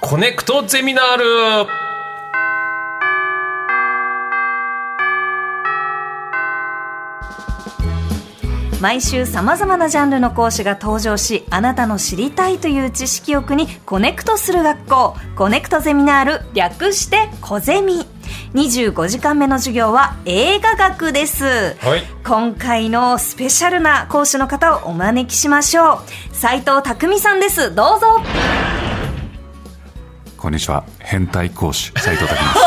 コネクトゼミナール。 毎週さまざまなジャンルの講師が登場し、あなたの知りたいという知識欲にコネクトする学校、コネクトゼミナール、略してコゼミ。25時間目の授業は映画学です、はい、今回のスペシャルな講師の方をお招きしましょう。斉藤匠さんです。どうぞ。 こんにちは、変態講師斉藤匠です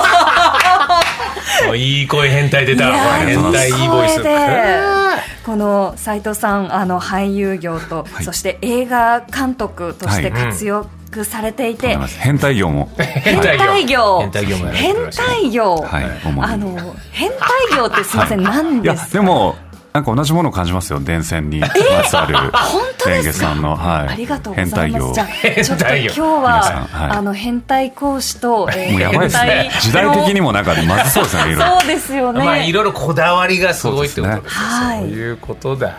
いい声、変態出た。変態いいボイス。 この斉藤さん、俳優業と、はい、そして映画監督として活躍されていて、 変態業も変態業、 変態業もやられてました。 変態業、 はい、 変態業ってすみません、はい、何ですか。 いやでもなんか同じものを感じますよ、電線にまつわるレンゲさんの、はい、 ありがとうございます。じゃあちょっと今日は、変態講師と、 もうやばいですね、時代的にもなんかまずそうですねそうですよね、 いろいろこだわりがすごいってことですね。 そういうことだ、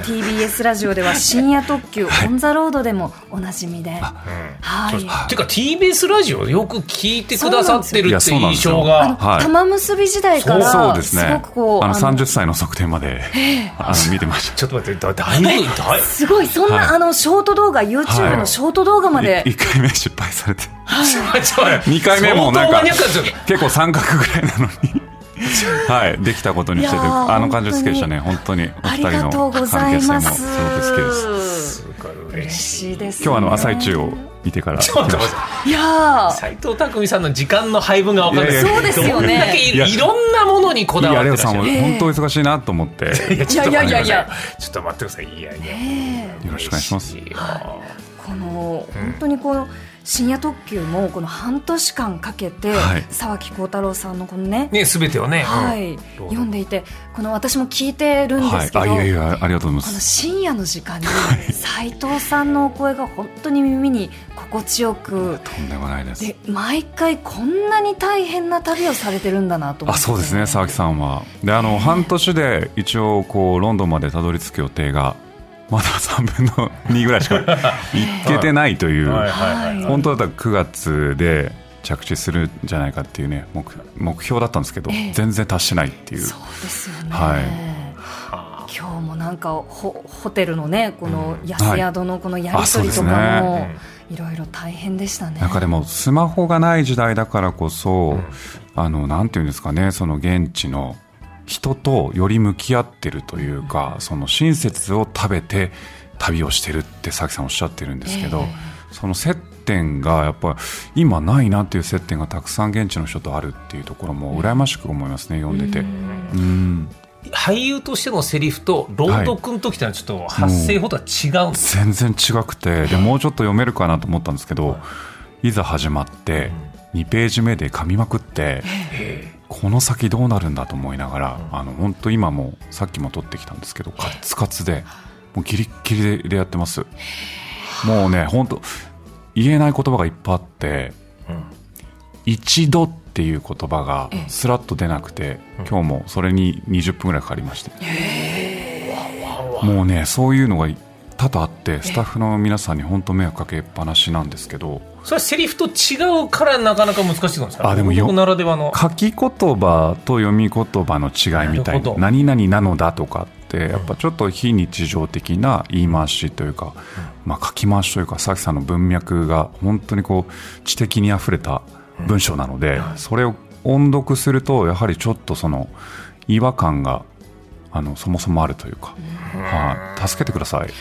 TBS ラジオでは深夜特急オンザロードでもおなじみで、 てか TBS ラジオよく聞いてくださってるっていう印象が、 玉結び時代からそうですね、 すごくこう 30歳の側転まで見てました。 ちょっと待って、だいぶすごい、そんな、ショート動画、YouTube のショート動画まで、 1回目失敗されて、2回目もなんか結構三角ぐらいなのにはい、できたことにしてて、感じ好きでしたね。本当にお二人の関係性もすごく好きです。 嬉しいですね。 今日は朝一を見てからちょっといや斉藤匠さんの時間の配分が分かんない。 そうですよね。 いろんなものにこだわってらっしゃる。 レオさんも本当忙しいなと思って。 いやちょっと待ってください。いやよろしくお願いします。 この本当にこの深夜特急もこの半年間かけて、沢木耕太郎さんのこのね全てをね、 読んでいて、この私も聞いてるんですけど、 いやありがとうございます。 この深夜の時間に斉藤さんのお声が本当に耳に心地よく、 とんでもないです。 で毎回こんなに大変な旅をされてるんだなと思って。 そうですね、沢木さんは。で半年で一応こうロンドンまでたどり着く予定がまだ3分の2ぐらいしか行けてないという、本当だったら9月で着地するんじゃないかっていうね、目標だったんですけど、全然達してないっていう。 そうですよね、今日もなんか ホテルのね、この安宿のこのやり取りとかもいろいろ大変でしたね。 なんかでもスマホがない時代だからこそ、なんていうんですかね、その現地の人とより向き合ってるというか、その親切を食べて旅をしてるって佐々木さんおっしゃってるんですけど、その接点がやっぱり今ないなっていう接点がたくさん現地の人とあるっていうところも羨ましく思いますね、読んでて。 俳優としてのセリフと朗読の時ってのはちょっと発声法とは違うんですか？ 全然違くて、でもうちょっと読めるかなと思ったんですけど、いざ始まって2ページ目で噛みまくって、この先どうなるんだと思いながら、本当今もさっきも撮ってきたんですけど、カツカツでもうギリッギリでやってます。もうね、本当言えない言葉がいっぱいあって、一度っていう言葉がスラッと出なくて、今日もそれに20分ぐらいかかりまして、もうね、そういうのが多々あって、スタッフの皆さんに本当迷惑かけっぱなしなんですけど、 それはセリフと違うからなかなか難しいんですか？ でもならではの書き言葉と読み言葉の違いみたいな、何々なのだとかってやっぱちょっと非日常的な言い回しというか、書き回しというか、佐々木さんの文脈が本当にこう知的にあふれた文章なので、それを音読するとやはりちょっとその違和感がそもそもあるというか、助けてください。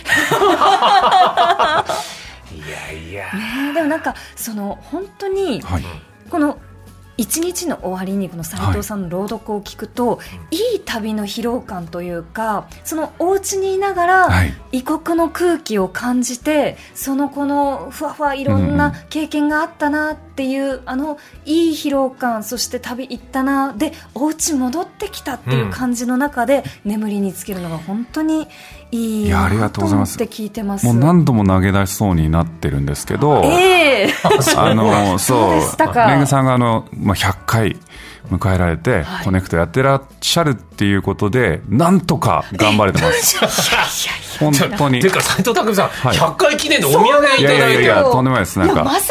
いやでもなんかその本当にこの一日の終わりにこの斉藤さんの朗読を聞くと、いい旅の疲労感というか、そのお家にいながら異国の空気を感じて、そのこのふわふわいろんな経験があったなっていう、いい疲労感、そして旅行ったなでお家戻ってきたっていう感じの中で眠りにつけるのが本当にいいなと思って聞いてます。 もう何度も投げ出しそうになってるんですけど、そうですか。レンゲさんが100回迎えられて、コネクトやってらっしゃるっていうことで、なんとか頑張れてます。本当に。 ていうか斉藤匠さん、100回記念でお土産いただいて、 とんでもないです。なんかまさか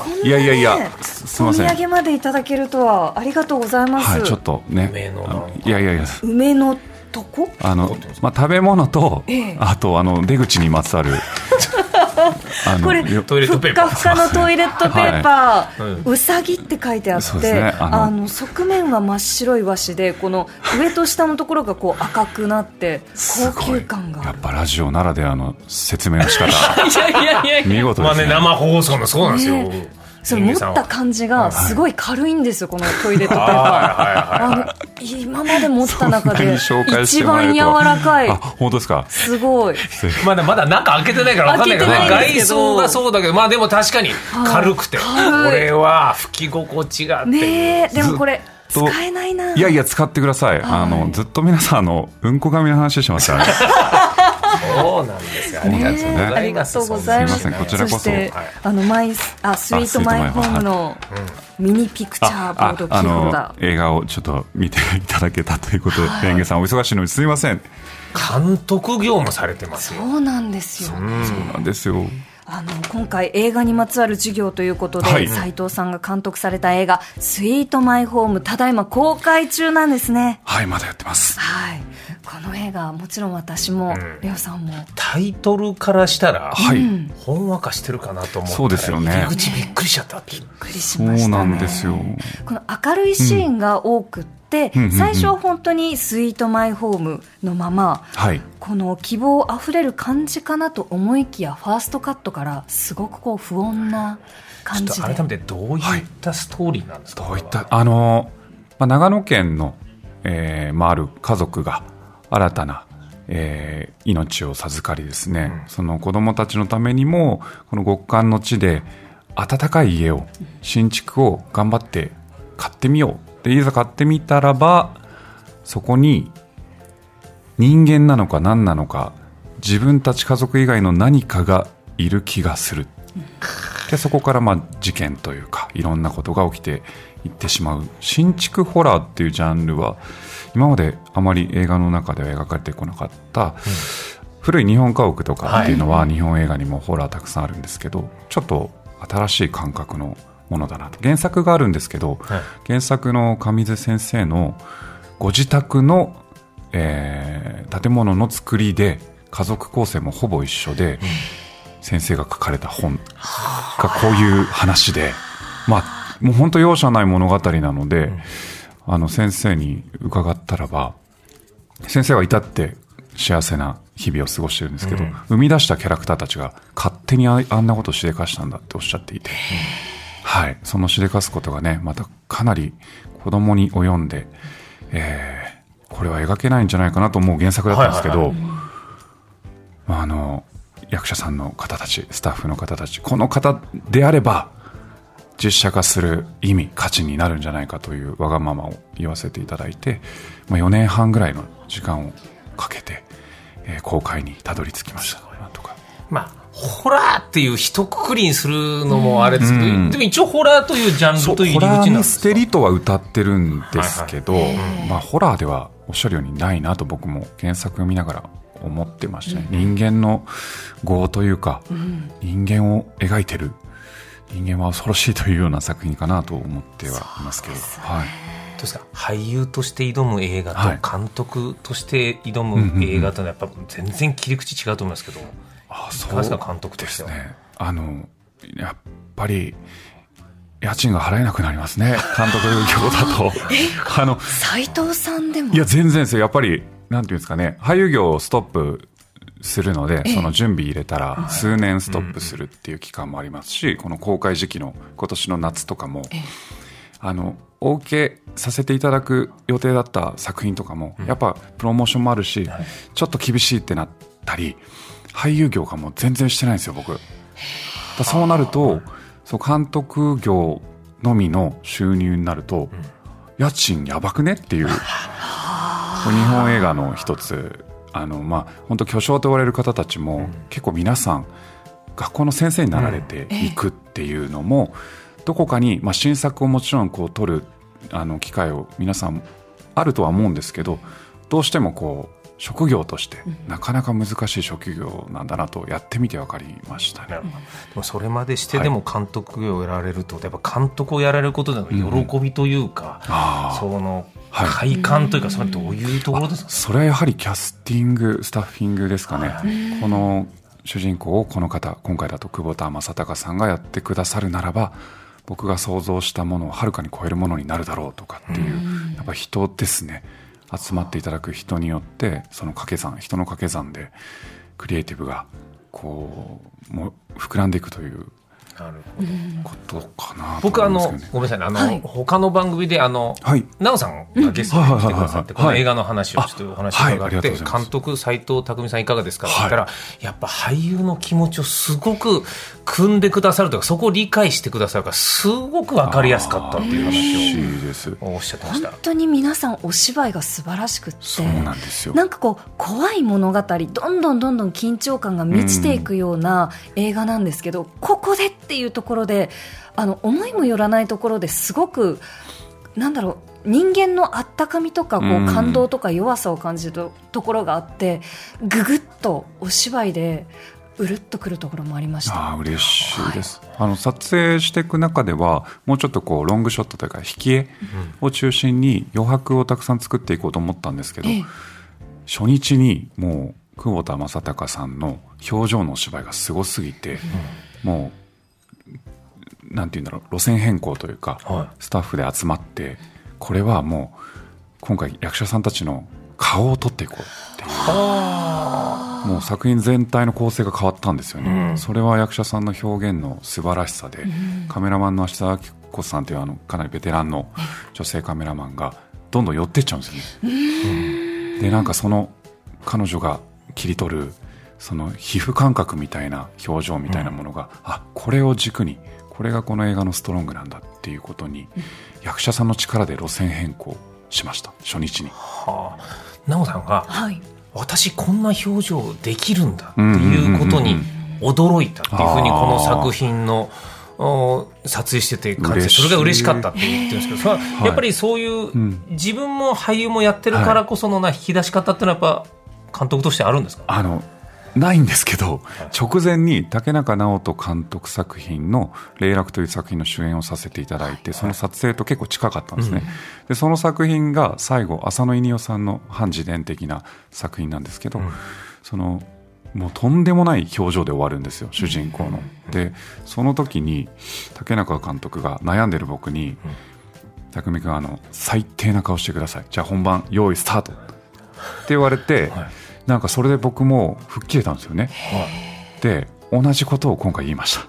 いやいやいや、すみません。 お土産までいただけるとは。ありがとうございます。 はい、ちょっとね。いやいやいや。 梅のとこ？ 食べ物と、あと出口にまつわるこれトイレットペーパー、 ふかふかのトイレットペーパー、うさぎって書いてあって、ね、側面は真っ白い和紙で、この上と下のところがこう赤くなって高級感がある。 やっぱラジオならではの説明の仕方見事ですね。 生放送のそうなんですよ、 それ持った感じがすごい軽いんですよ、このトイレットペーパー。今まで持った中で一番柔らかい。 本当ですか？ すごい。 まだ中開けてないから分かんないけどね、外装がそうだけど、でも確かに軽くて、これは拭き心地があってね。でもこれ使えないな。 いやいや、使ってください。ずっと皆さんうんこ紙の話してますからね。 そうなんですよ。ありがとうございます。 ありがとうございます。 すみません、こちらこそ。 そしてスイートマイホームのミニピクチャーボードキーホルダー、 映画をちょっと見ていただけたということで、レンゲさんお忙しいのにすみません。 監督業もされてますよ。 そうなんですよ。 そうなんですよ。 今回映画にまつわる授業ということで、斉藤さんが監督された映画スイートマイホーム、ただいま公開中なんですね。 はい、まだやってます。 はい、この映画もちろん私も、レオさんもタイトルからしたら、ほんわかしてるかなと思ったら、 そうですよね、 入り口びっくりしちゃった。 びっくりしましたね。 そうなんですよ。 この明るいシーンが多くって、最初は本当にスイートマイホームのまま、この希望あふれる感じかなと思いきや、ファーストカットからすごくこう不穏な感じで。 改めてどういったストーリーなんですか？ どういった長野県の、ある家族が新たな、命を授かりですね、その子どもたちのためにもこの極寒の地で暖かい家を、新築を頑張って買ってみよう。でいざ買ってみたらば、そこに人間なのか何なのか、自分たち家族以外の何かがいる気がする。でそこから事件というか、いろんなことが起きていってしまう。新築ホラーっていうジャンルは今まであまり映画の中では描かれてこなかった、古い日本家屋とかっていうのは、日本映画にもホラーたくさんあるんですけど、ちょっと新しい感覚のものだなと。原作があるんですけど、原作の上水先生のご自宅の、建物の作りで家族構成もほぼ一緒で、先生が書かれた本がこういう話で、もう本当容赦ない物語なので、先生に伺ったらば、先生は至って幸せな日々を過ごしてるんですけど、生み出したキャラクターたちが勝手にあんなことをしでかしたんだっておっしゃっていて、そのしでかすことがね、またかなり子供に及んで、これは描けないんじゃないかなと思う原作だったんですけど、役者さんの方たち、スタッフの方たち、この方であれば実写化する意味、価値になるんじゃないかというわがままを言わせていただいて、4年半ぐらいの時間をかけて、公開にたどり着きました。なんとかホラーっていう一括りにするのもあれですけど、でも一応ホラーというジャンルという入り口なんですか？ ホラーミステリーとは歌ってるんですけど、ホラーではおっしゃるようにないなと僕も原作を見ながら思ってましたね。人間の業というか、人間を描いてる、人間は恐ろしいというような作品かなと思ってはいますけど。 ですか、俳優として挑む映画と監督として挑む映画というのはやっぱ全然切り口違うと思いますけど、そうですか、監督としては。 やっぱり家賃が払えなくなりますね、監督業だと。 斉藤さんでも？ いや全然ですよ。やっぱりなんていうんですかね、俳優業をストップするので、その準備入れたら数年ストップするっていう期間もありますし、この公開時期の今年の夏とかも、お受けさせていただく予定だった作品とかも、やっぱプロモーションもあるし、ちょっと厳しいってなったり、俳優業がもう全然してないんですよ、僕。そうなると、監督業のみの収入になると、家賃やばくねっていう。日本映画の一つ、本当巨匠と言われる方たちも、結構皆さん学校の先生になられていくっていうのも、どこかに、新作をもちろん撮る機会を皆さんあるとは思うんですけど、どうしても職業としてなかなか難しい職業なんだなとやってみて分かりましたね。 でもそれまでしてでも監督業をやられると、やっぱ監督をやられることでの喜びというか、その快感というか、それはどういうところですか？ それはやはりキャスティングスタッフィングですかね。この主人公をこの方、今回だと久保田正孝さんがやってくださるならば、僕が想像したものをはるかに超えるものになるだろうとかっていう、やっぱ人ですね。集まっていただく人によってその掛け算、人の掛け算でクリエイティブがこうもう膨らんでいくということかなと思いますけどね。 僕ごめんなさい、他の番組でなおさんがゲストに来てくださって、この映画の話をちょっとお話を伺って、監督斉藤工さんいかがですかって言ったら、やっぱ俳優の気持ちをすごく汲んでくださるというか、そこを理解してくださるから、すごく分かりやすかったっていう話をおっしゃってました。 本当に皆さんお芝居が素晴らしくって、 そうなんですよ。 なんかこう怖い物語、どんどん緊張感が満ちていくような映画なんですけど、ここでっていうところで思いもよらないところですごくなんだろう、人間のあったかみとかこう感動とか弱さを感じるところがあって、ぐぐっとお芝居でうるっとくるところもありました。 嬉しいです。撮影していく中ではもうちょっとこうロングショットというか引き絵を中心に余白をたくさん作っていこうと思ったんですけど、初日にもう久保田正孝さんの表情のお芝居がすごすぎて、もうなんていうんだろう、路線変更というか、スタッフで集まって、これはもう今回役者さんたちの顔を撮っていこうっていう、もう作品全体の構成が変わったんですよね。それは役者さんの表現の素晴らしさで、カメラマンの芦田明子さんというかなりベテランの女性カメラマンがどんどん寄っていっちゃうんですよね。でなんかその彼女が切り取るその皮膚感覚みたいな表情みたいなものが、これを軸に、これがこの映画のストロングなんだっていうことに、役者さんの力で路線変更しました、初日に。 奈緒さんが、私こんな表情できるんだっていうことに驚いたっていうふうに、この作品の撮影してて感じて、それが嬉しかったって言ってるんですけど、やっぱりそういう、自分も俳優もやってるからこその引き出し方っていうのはやっぱ監督としてあるんですか？ ないんですけど、直前に竹中直人監督作品の霊楽という作品の主演をさせていただいて、その撮影と結構近かったんですね。でその作品が最後、浅野いにおさんの反自伝的な作品なんですけど、もうとんでもない表情で終わるんですよ、主人公の。でその時に竹中監督が悩んでる僕に、匠君最低な顔してください、じゃあ本番用意スタートって言われて、なんかそれで僕も吹っ切れたんですよね。で同じことを今回言いました。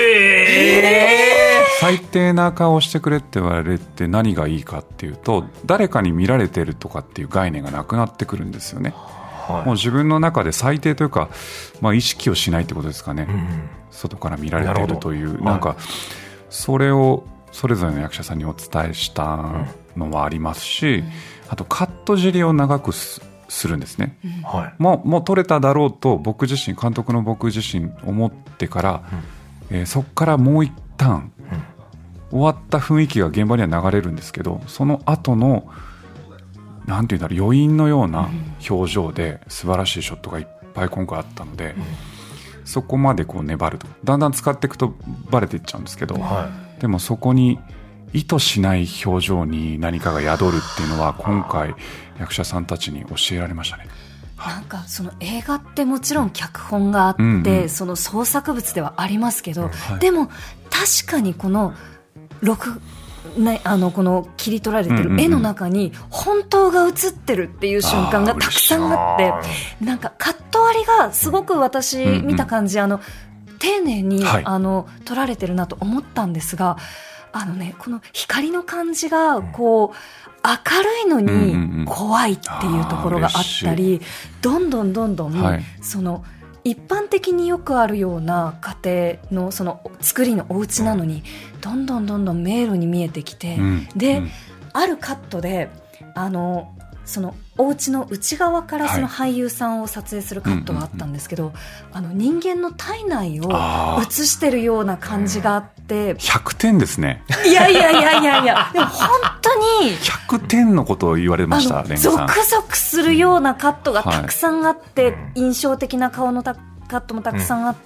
最低な顔をしてくれって言われて何がいいかっていうと、誰かに見られてるとかっていう概念がなくなってくるんですよね。もう自分の中で最低というか、意識をしないってことですかね。外から見られてるという、なんかそれをそれぞれの役者さんにお伝えしたのはありますし、あとカット尻を長くするんですね。もう撮れただろうと僕自身、監督の僕自身思ってから、そこからもう一旦、終わった雰囲気が現場には流れるんですけど、その後のなんていうんだろう、余韻のような表情で素晴らしいショットがいっぱい今回あったので、そこまでこう粘るとだんだん使っていくとバレていっちゃうんですけど、でもそこに意図しない表情に何かが宿るっていうのは今回役者さんたちに教えられましたね。 なんかその映画ってもちろん脚本があって、その創作物ではありますけど、でも確かにこのこの切り取られてる絵の中に本当が映ってるっていう瞬間がたくさんあって、なんかカット割りがすごく私見た感じ、丁寧に撮られてるなと思ったんですが、この光の感じがこう明るいのに怖いっていうところがあったり、どんどんその一般的によくあるような家庭のその作りのお家なのに、どんどん迷路に見えてきて、であるカットでそのお家の内側からその俳優さんを撮影するカットがあったんですけど、人間の体内を映してるような感じがあって、 100点ですね。 いやでも本当に 100点のことを言われました。レンゲさん、 ゾクゾクするようなカットがたくさんあって、印象的な顔のカットもたくさんあって、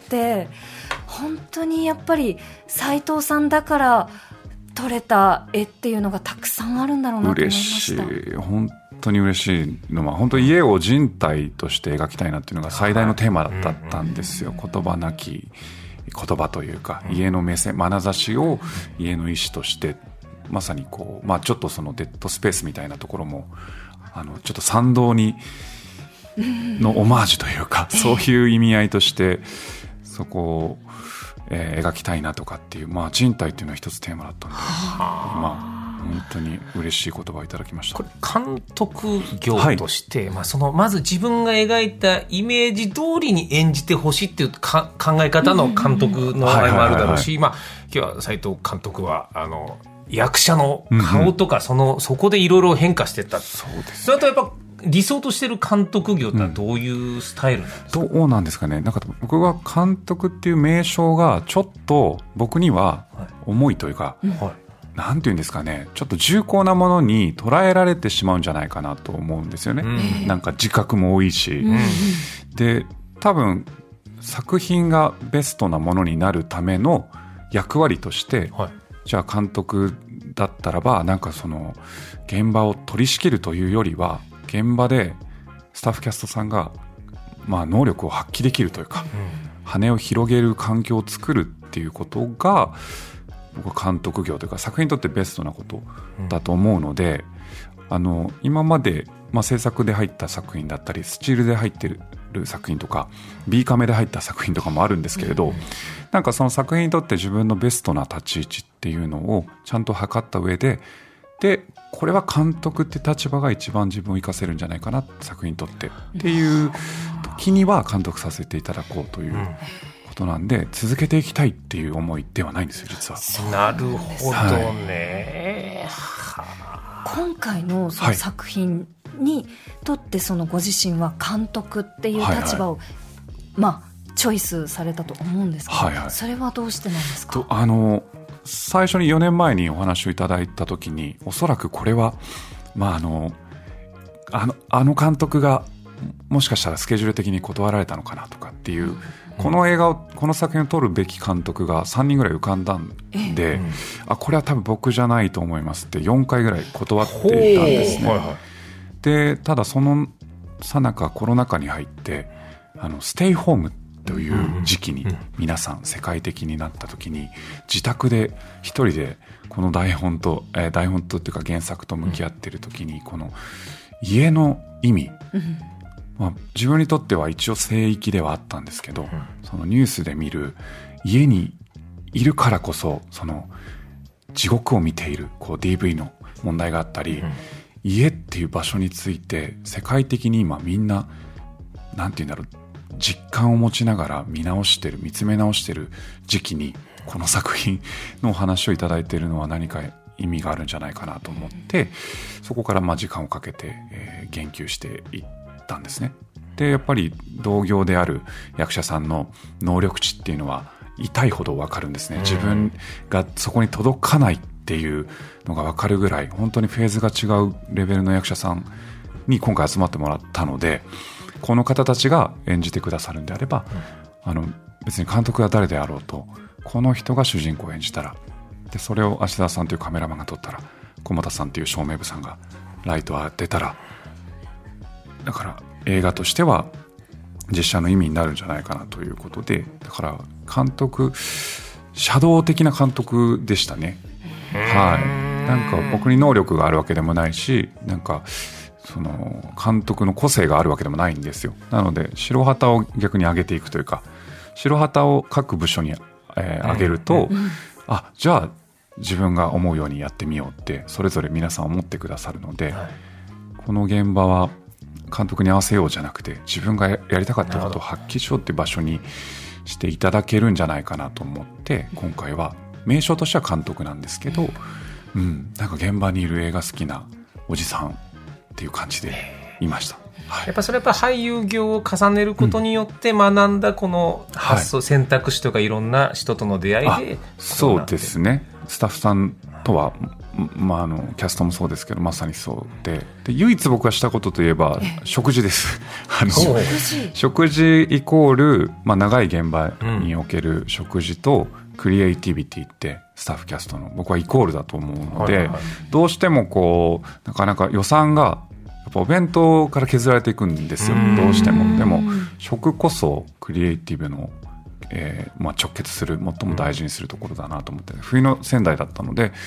本当にやっぱり斉藤さんだから撮れた絵っていうのがたくさんあるんだろうなと思いました。 嬉しい、本当に嬉しいのは、本当家を人体として描きたいなっていうのが最大のテーマだったんですよ。言葉なき言葉というか、家の目線、眼差しを家の意思として、まさにこう、ちょっとそのデッドスペースみたいなところもちょっと参道にのオマージュというか、そういう意味合いとしてそこを描きたいなとかっていう、人体っていうのは一つテーマだったんで、本当に嬉しい言葉をいただきました。 これ監督業として、まず自分が描いたイメージ通りに演じてほしいっていう考え方の監督の場合もあるだろうし、今日は斉藤監督は役者の顔とかそこでいろいろ変化していった。 そうですね。 それとやっぱ理想としてる監督業ってのはどういうスタイルなんですか？ どうなんですかね。なんか僕が監督っていう名称がちょっと僕には重いというか、なんていうんですかね、ちょっと重厚なものに捉えられてしまうんじゃないかなと思うんですよね。なんか自覚も多いし、で多分作品がベストなものになるための役割として、じゃあ監督だったらば、なんかその現場を取り仕切るというよりは、現場でスタッフキャストさんが能力を発揮できるというか、羽を広げる環境を作るっていうことが、僕は監督業というか作品にとってベストなことだと思うので、今まで、制作で入った作品だったり、スチールで入ってる作品とか B カメで入った作品とかもあるんですけれど、なんかその作品にとって自分のベストな立ち位置っていうのをちゃんと測った上で、これは監督って立場が一番自分を生かせるんじゃないかな、作品にとってっていう時には監督させていただこうということなんで、続けていきたいっていう思いではないんですよ、実は。 なるほどね。 今回のその作品にとってそのご自身は監督っていう立場を、チョイスされたと思うんですけど、それはどうしてなんですか？ 最初に4年前にお話をいただいた時に、おそらくこれは、あの監督がもしかしたらスケジュール的に断られたのかなとかっていう、この作品を撮るべき監督が3人ぐらい浮かんだんで、これは多分僕じゃないと思いますって4回ぐらい断っていたんですね。でただその最中コロナ禍に入ってステイホームという時期に皆さん世界的になった時に、自宅で一人でこの台本とっていうか原作と向き合っている時に、この家の意味、自分にとっては一応聖域ではあったんですけど、そのニュースで見る家にいるからこそ、その地獄を見ているDV の問題があったり、家っていう場所について世界的に今みんななんていうんだろう、実感を持ちながら見つめ直してる時期に、この作品のお話をいただいているのは何か意味があるんじゃないかなと思って、そこから時間をかけて、言及していったんですね。でやっぱり同業である役者さんの能力値っていうのは痛いほど分かるんですね。自分がそこに届かないっていうのが分かるぐらい、本当にフェーズが違うレベルの役者さんに今回集まってもらったので、この方たちが演じてくださるんであれば、別に監督が誰であろうと、この人が主人公を演じたら、でそれを芦田さんというカメラマンが撮ったら、小俣さんという照明部さんがライトを当てたら、だから映画としては実写の意味になるんじゃないかなということで、だから監督、シャドウ的な監督でしたね。なんか僕に能力があるわけでもないし、なんかその監督の個性があるわけでもないんですよ。なので白旗を逆に上げていくというか、白旗を各部署に上げると、じゃあ自分が思うようにやってみようってそれぞれ皆さん思ってくださるので、この現場は監督に合わせようじゃなくて、自分がやりたかったことを発揮しようって場所にしていただけるんじゃないかなと思って、今回は名称としては監督なんですけど、なんか現場にいる映画好きなおじさんっっていう感じでいました。 やっぱそれはやっぱ俳優業を重ねることによって学んだこの発想、選択肢とかいろんな人との出会いでそうですね。スタッフさんとは、キャストもそうですけどまさにそうで唯一僕がしたことといえば食事です食事イコール、長い現場における食事とクリエイティビティってスタッフキャストの僕はイコールだと思うので、どうしてもこうなかなか予算がやっぱお弁当から削られていくんですよ、どうしても。でも食こそクリエイティブの、直結する最も大事にするところだなと思って、冬の仙台だったので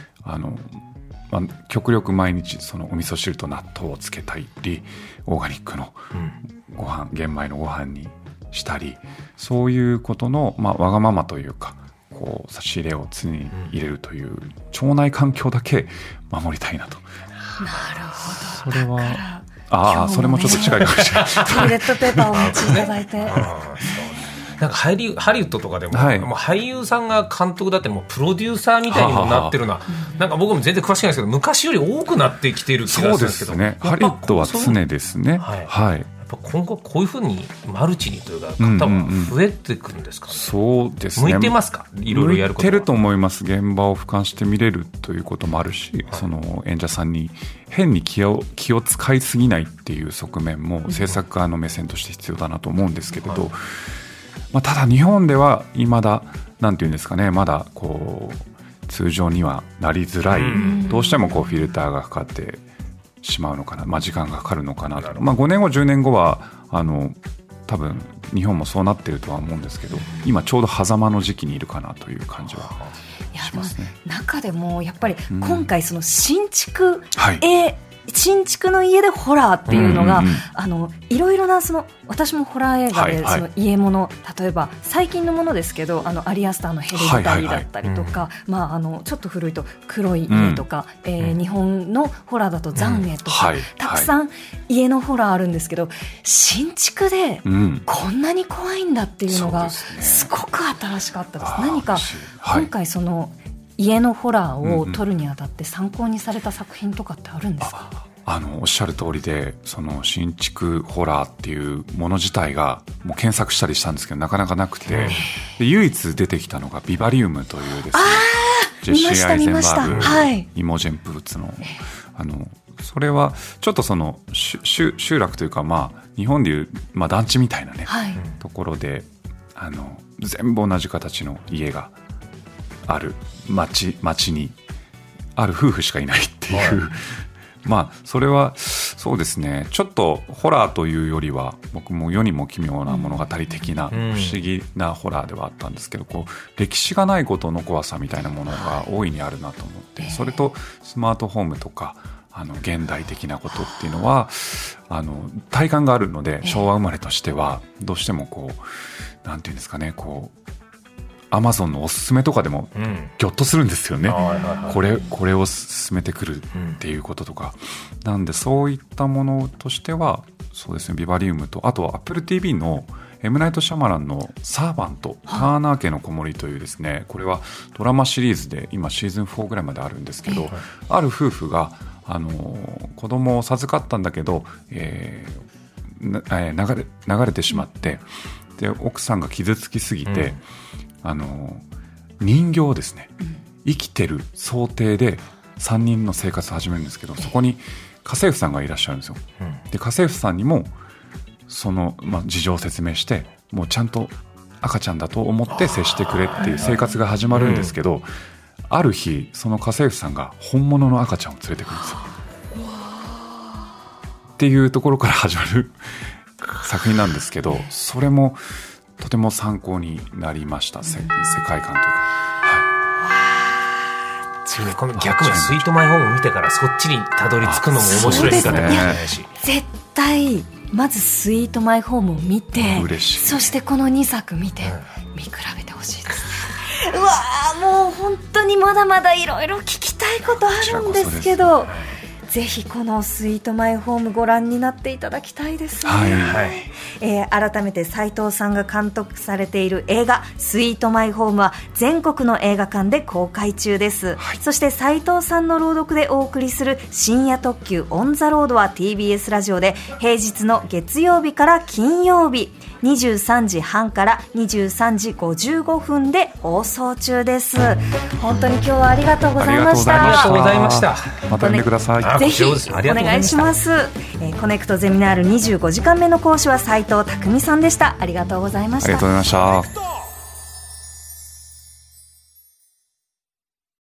極力毎日そのお味噌汁と納豆をつけたりオーガニックのご飯、玄米のご飯にしたり、そういうことの、わがままというかこう差し入れを常に入れるという腸内環境だけ守りたいなと。 なるほど。 それはそれもちょっと違いかもしれない。 トイレットペーパーをお持ちいただいてなんかハリウッドとかでも、もう俳優さんが監督だってもうプロデューサーみたいにもなってるな、なんか僕も全然詳しくないですけど昔より多くなってきてる気がするんですけど。 そうですね。ハリウッドは常ですね。 やっぱ今後こういうふうにマルチにというか方は増えてくるんですかね。 そうですね。 向いてますか？いろいろやることは。 向いてると思います。現場を俯瞰して見れるということもあるし、その演者さんに変に気を使いすぎないっていう側面も制作側の目線として必要だなと思うんですけれど、ただ日本では未だなんていうんですかね、まだこう通常にはなりづらい、どうしてもこうフィルターがかかってしまうのかな、時間がかかるのかなと。5年後10年後は多分日本もそうなっているとは思うんですけど、今ちょうど狭間の時期にいるかなという感じはしますね。 中でもやっぱり今回その新築の家でホラーっていうのが、いろいろな私もホラー映画でその家物、例えば最近のものですけどアリアスターのヘレディタリーだったりとか、ちょっと古いと黒い家とか、日本のホラーだと残影とか、たくさん家のホラーあるんですけど、新築でこんなに怖いんだっていうのがすごく新しかったです。何か今回その家のホラーを撮るにあたって参考にされた作品とかってあるんですか？ おっしゃる通りで、その新築ホラーっていうもの自体がもう検索したりしたんですけどなかなかなくて、で唯一出てきたのがビバリウムというですね、ジェシー・アイゼンバーグ、イモジェンプーツのそれはちょっとその集落というか、日本でいう団地みたいなね、ところで全部同じ形の家がある町にある夫婦しかいないっていう、それはそうですね、ちょっとホラーというよりは僕も世にも奇妙な物語的な不思議なホラーではあったんですけど、こう歴史がないことの怖さみたいなものが大いにあるなと思って、それとスマートホームとか現代的なことっていうのは体感があるので、昭和生まれとしてはどうしてもこうなんていうんですかね、こうアマゾンのおすすめとかでもギョッとするんですよね、これを進めてくるっていうこととか、なんでそういったものとしてはそうですね、ビバリウムと、あとは Apple TV のMナイト・シャマランのサーバント、ターナー家の子守というですね、これはドラマシリーズで今シーズン4ぐらいまであるんですけど、ある夫婦が子供を授かったんだけど、流れてしまって、で奥さんが傷つきすぎて、人形をですね、生きてる想定で3人の生活を始めるんですけど、そこに家政婦さんがいらっしゃるんですよ。で家政婦さんにもその、事情を説明して、もうちゃんと赤ちゃんだと思って接してくれっていう生活が始まるんですけど、ある日その家政婦さんが本物の赤ちゃんを連れてくるんですよっていうところから始まる作品なんですけど、それもとても参考になりました。世界観というか、 この逆にスイートマイホーム見てからそっちにたどり着くのも面白いですね。 絶対まずスイートマイホームを見て、そしてこの2作見て、見比べてほしいですね。うわー、もう本当にまだまだいろいろ聞きたいことあるんですけど、 ぜひこのスイートマイホームご覧になっていただきたいですね。改めて斉藤さんが監督されている映画スイートマイホームは全国の映画館で公開中です、そして斉藤さんの朗読でお送りする深夜特急オンザロードは TBS ラジオで平日の月曜日から金曜日23時半から23時55分で放送中です。本当に今日はありがとうございました。 ありがとうございました。 また呼んでください。 ぜひお願いします。コネクトゼミナール25時間目の講師は斉藤匠さんでした。ありがとうございました。 ありがとうございました。